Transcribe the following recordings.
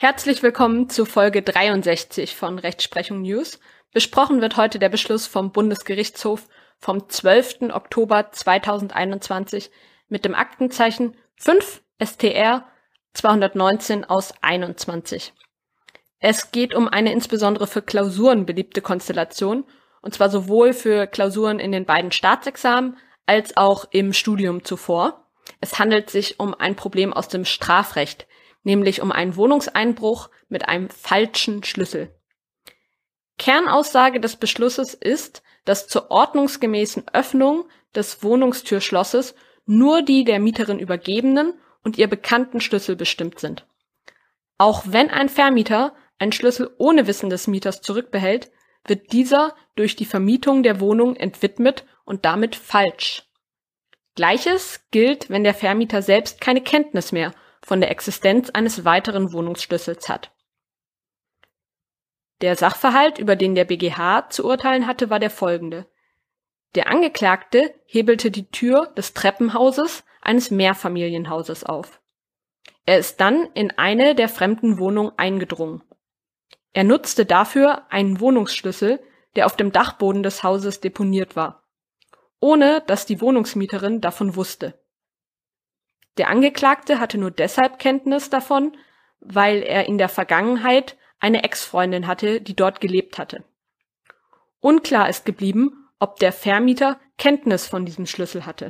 Herzlich willkommen zu Folge 63 von Rechtsprechung News. Besprochen wird heute der Beschluss vom Bundesgerichtshof vom 12. Oktober 2021 mit dem Aktenzeichen 5 StR 219 aus 21. Es geht um eine insbesondere für Klausuren beliebte Konstellation, und zwar sowohl für Klausuren in den beiden Staatsexamen als auch im Studium zuvor. Es handelt sich um ein Problem aus dem Strafrecht, nämlich um einen Wohnungseinbruch mit einem falschen Schlüssel. Kernaussage des Beschlusses ist, dass zur ordnungsgemäßen Öffnung des Wohnungstürschlosses nur die der Mieterin übergebenen und ihr bekannten Schlüssel bestimmt sind. Auch wenn ein Vermieter einen Schlüssel ohne Wissen des Mieters zurückbehält, wird dieser durch die Vermietung der Wohnung entwidmet und damit falsch. Gleiches gilt, wenn der Vermieter selbst keine Kenntnis mehr von der Existenz eines weiteren Wohnungsschlüssels hat. Der Sachverhalt, über den der BGH zu urteilen hatte, war der folgende. Der Angeklagte hebelte die Tür des Treppenhauses eines Mehrfamilienhauses auf. Er ist dann in eine der fremden Wohnungen eingedrungen. Er nutzte dafür einen Wohnungsschlüssel, der auf dem Dachboden des Hauses deponiert war, ohne dass die Wohnungsmieterin davon wusste. Der Angeklagte hatte nur deshalb Kenntnis davon, weil er in der Vergangenheit eine Ex-Freundin hatte, die dort gelebt hatte. Unklar ist geblieben, ob der Vermieter Kenntnis von diesem Schlüssel hatte.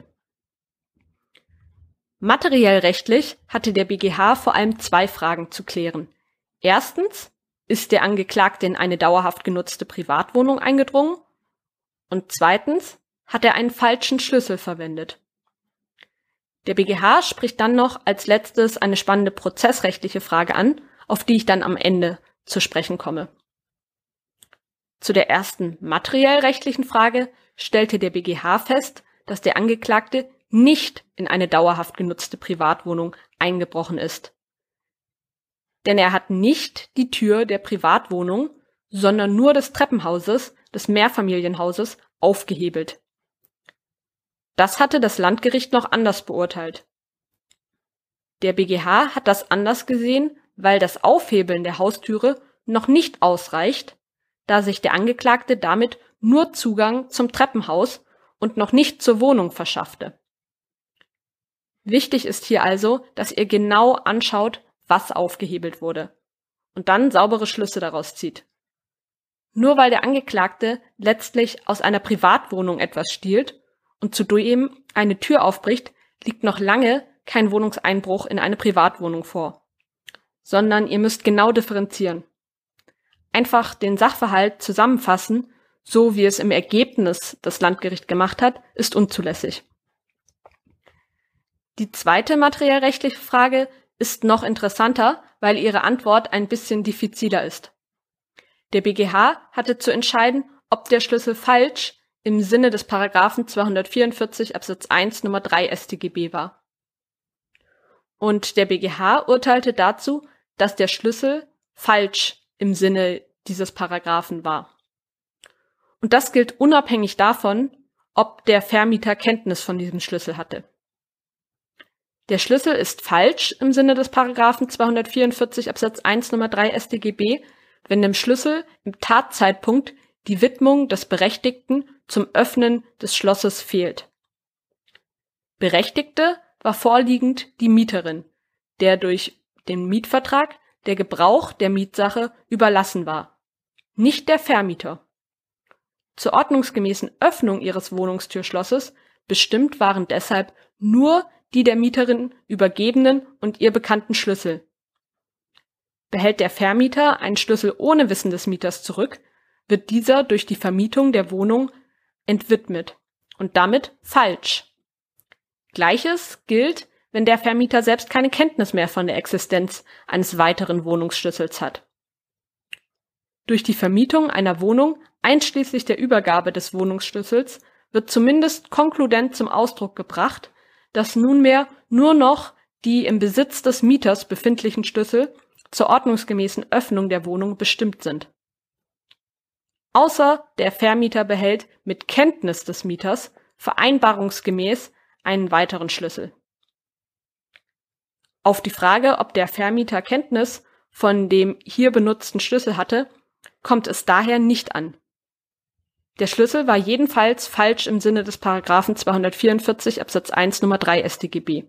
Materiell rechtlich hatte der BGH vor allem zwei Fragen zu klären. Erstens, ist der Angeklagte in eine dauerhaft genutzte Privatwohnung eingedrungen? Und zweitens, hat er einen falschen Schlüssel verwendet? Der BGH spricht dann noch als letztes eine spannende prozessrechtliche Frage an, auf die ich dann am Ende zu sprechen komme. Zu der ersten materiell rechtlichen Frage stellte der BGH fest, dass der Angeklagte nicht in eine dauerhaft genutzte Privatwohnung eingebrochen ist. Denn er hat nicht die Tür der Privatwohnung, sondern nur des Treppenhauses, des Mehrfamilienhauses, aufgehebelt. Das hatte das Landgericht noch anders beurteilt. Der BGH hat das anders gesehen, weil das Aufhebeln der Haustüre noch nicht ausreicht, da sich der Angeklagte damit nur Zugang zum Treppenhaus und noch nicht zur Wohnung verschaffte. Wichtig ist hier also, dass ihr genau anschaut, was aufgehebelt wurde, und dann saubere Schlüsse daraus zieht. Nur weil der Angeklagte letztlich aus einer Privatwohnung etwas stiehlt und zudem eine Tür aufbricht, liegt noch lange kein Wohnungseinbruch in eine Privatwohnung vor, sondern ihr müsst genau differenzieren. Einfach den Sachverhalt zusammenfassen, so wie es im Ergebnis das Landgericht gemacht hat, ist unzulässig. Die zweite materiellrechtliche Frage ist noch interessanter, weil ihre Antwort ein bisschen diffiziler ist. Der BGH hatte zu entscheiden, ob der Schlüssel falsch im Sinne des Paragraphen 244 Absatz 1 Nummer 3 StGB war. Und der BGH urteilte dazu, dass der Schlüssel falsch im Sinne dieses Paragraphen war. Und das gilt unabhängig davon, ob der Vermieter Kenntnis von diesem Schlüssel hatte. Der Schlüssel ist falsch im Sinne des Paragraphen 244 Absatz 1 Nummer 3 StGB, wenn dem Schlüssel im Tatzeitpunkt die Widmung des Berechtigten zum Öffnen des Schlosses fehlt. Berechtigte war vorliegend die Mieterin, der durch den Mietvertrag der Gebrauch der Mietsache überlassen war, nicht der Vermieter. Zur ordnungsgemäßen Öffnung ihres Wohnungstürschlosses bestimmt waren deshalb nur die der Mieterin übergebenen und ihr bekannten Schlüssel. Behält der Vermieter einen Schlüssel ohne Wissen des Mieters zurück, wird dieser durch die Vermietung der Wohnung entwidmet und damit falsch. Gleiches gilt, wenn der Vermieter selbst keine Kenntnis mehr von der Existenz eines weiteren Wohnungsschlüssels hat. Durch die Vermietung einer Wohnung einschließlich der Übergabe des Wohnungsschlüssels wird zumindest konkludent zum Ausdruck gebracht, dass nunmehr nur noch die im Besitz des Mieters befindlichen Schlüssel zur ordnungsgemäßen Öffnung der Wohnung bestimmt sind. Außer der Vermieter behält mit Kenntnis des Mieters vereinbarungsgemäß einen weiteren Schlüssel. Auf die Frage, ob der Vermieter Kenntnis von dem hier benutzten Schlüssel hatte, kommt es daher nicht an. Der Schlüssel war jedenfalls falsch im Sinne des Paragraphen 244 Absatz 1 Nummer 3 StGB.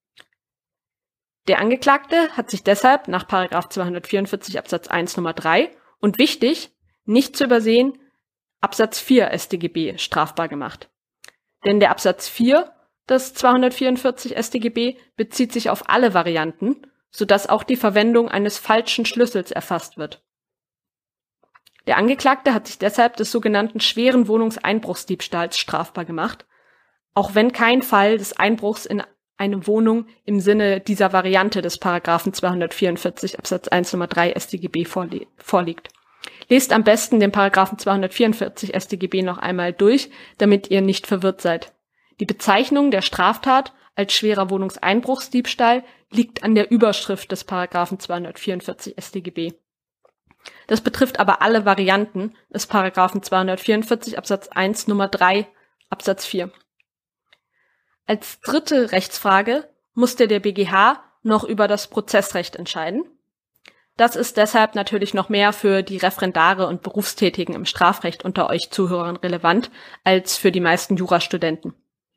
Der Angeklagte hat sich deshalb nach Paragraph 244 Absatz 1 Nummer 3 und wichtig, nicht zu übersehen, Absatz 4 StGB strafbar gemacht. Denn der Absatz 4 des 244 StGB bezieht sich auf alle Varianten, sodass auch die Verwendung eines falschen Schlüssels erfasst wird. Der Angeklagte hat sich deshalb des sogenannten schweren Wohnungseinbruchsdiebstahls strafbar gemacht, auch wenn kein Fall des Einbruchs in eine Wohnung im Sinne dieser Variante des Paragraphen 244 Absatz 1 Nummer 3 StGB vorliegt. Lest am besten den Paragraphen 244 StGB noch einmal durch, damit ihr nicht verwirrt seid. Die Bezeichnung der Straftat als schwerer Wohnungseinbruchsdiebstahl liegt an der Überschrift des Paragraphen 244 StGB. Das betrifft aber alle Varianten des Paragraphen 244 Absatz 1 Nummer 3 Absatz 4. Als dritte Rechtsfrage musste der BGH noch über das Prozessrecht entscheiden. Das ist deshalb natürlich noch mehr für die Referendare und Berufstätigen im Strafrecht unter euch Zuhörern relevant als für die meisten Jurastudenten.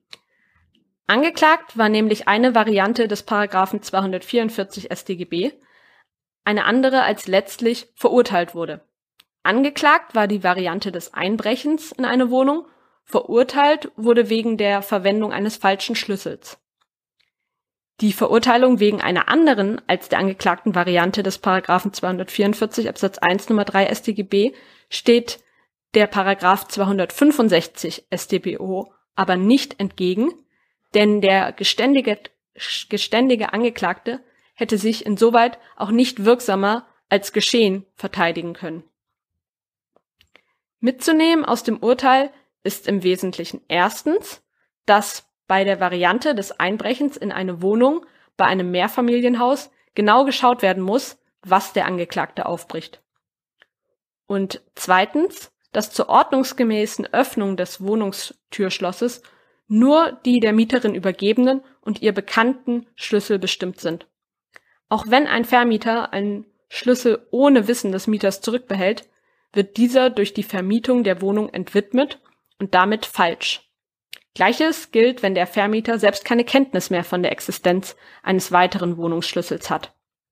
Angeklagt war nämlich eine Variante des Paragraphen 244 StGB, eine andere als letztlich verurteilt wurde. Angeklagt war die Variante des Einbrechens in eine Wohnung, verurteilt wurde wegen der Verwendung eines falschen Schlüssels. Die Verurteilung wegen einer anderen als der angeklagten Variante des Paragraphen 244 Absatz 1 Nummer 3 StGB steht der Paragraph 265 StBO aber nicht entgegen, denn der geständige Angeklagte hätte sich insoweit auch nicht wirksamer als Geschehen verteidigen können. Mitzunehmen aus dem Urteil ist im Wesentlichen erstens, dass bei der Variante des Einbrechens in eine Wohnung bei einem Mehrfamilienhaus genau geschaut werden muss, was der Angeklagte aufbricht. Und zweitens, dass zur ordnungsgemäßen Öffnung des Wohnungstürschlosses nur die der Mieterin übergebenen und ihr bekannten Schlüssel bestimmt sind. Auch wenn ein Vermieter einen Schlüssel ohne Wissen des Mieters zurückbehält, wird dieser durch die Vermietung der Wohnung entwidmet und damit falsch. Gleiches gilt, wenn der Vermieter selbst keine Kenntnis mehr von der Existenz eines weiteren Wohnungsschlüssels hat.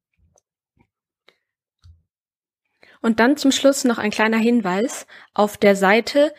Und dann zum Schluss noch ein kleiner Hinweis. Auf der Seite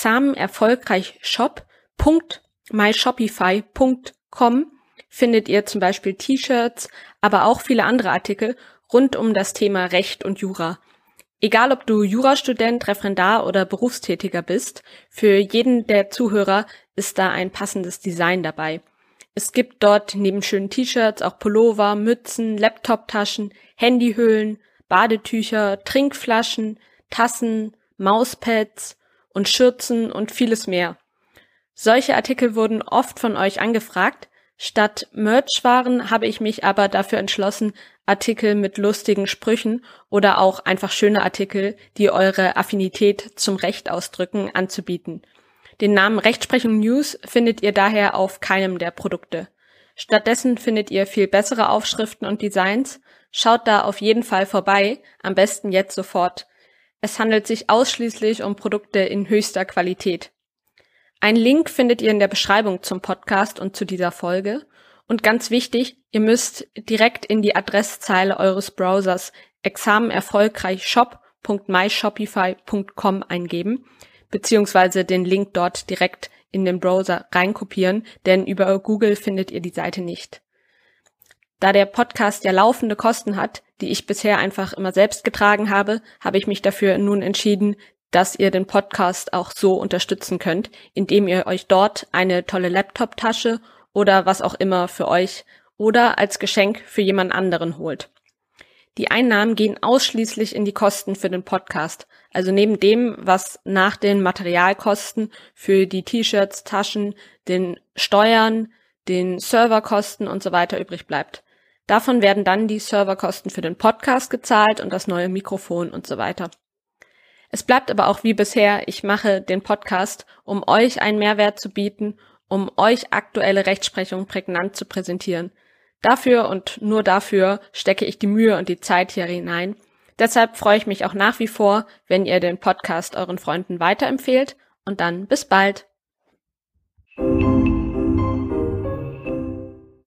examenerfolgreichshop.myshopify.com findet ihr zum Beispiel T-Shirts, aber auch viele andere Artikel rund um das Thema Recht und Jura. Egal, ob du Jurastudent, Referendar oder Berufstätiger bist, für jeden der Zuhörer ist da ein passendes Design dabei. Es gibt dort neben schönen T-Shirts auch Pullover, Mützen, Laptoptaschen, Handyhüllen, Badetücher, Trinkflaschen, Tassen, Mauspads und Schürzen und vieles mehr. Solche Artikel wurden oft von euch angefragt. Statt Merchwaren habe ich mich aber dafür entschlossen, Artikel mit lustigen Sprüchen oder auch einfach schöne Artikel, die eure Affinität zum Recht ausdrücken, anzubieten. Den Namen Rechtsprechung News findet ihr daher auf keinem der Produkte. Stattdessen findet ihr viel bessere Aufschriften und Designs. Schaut da auf jeden Fall vorbei, am besten jetzt sofort. Es handelt sich ausschließlich um Produkte in höchster Qualität. Einen Link findet ihr in der Beschreibung zum Podcast und zu dieser Folge. Und ganz wichtig, ihr müsst direkt in die Adresszeile eures Browsers examenerfolgreichshop.myshopify.com eingeben, beziehungsweise den Link dort direkt in den Browser reinkopieren, denn über Google findet ihr die Seite nicht. Da der Podcast ja laufende Kosten hat, die ich bisher einfach immer selbst getragen habe, habe ich mich dafür nun entschieden, dass ihr den Podcast auch so unterstützen könnt, indem ihr euch dort eine tolle Laptop-Tasche oder was auch immer für euch oder als Geschenk für jemand anderen holt. Die Einnahmen gehen ausschließlich in die Kosten für den Podcast, also neben dem, was nach den Materialkosten für die T-Shirts, Taschen, den Steuern, den Serverkosten und so weiter übrig bleibt. Davon werden dann die Serverkosten für den Podcast gezahlt und das neue Mikrofon und so weiter. Es bleibt aber auch wie bisher, ich mache den Podcast, um euch einen Mehrwert zu bieten, um euch aktuelle Rechtsprechung prägnant zu präsentieren. Dafür und nur dafür stecke ich die Mühe und die Zeit hier hinein. Deshalb freue ich mich auch nach wie vor, wenn ihr den Podcast euren Freunden weiterempfehlt und dann bis bald.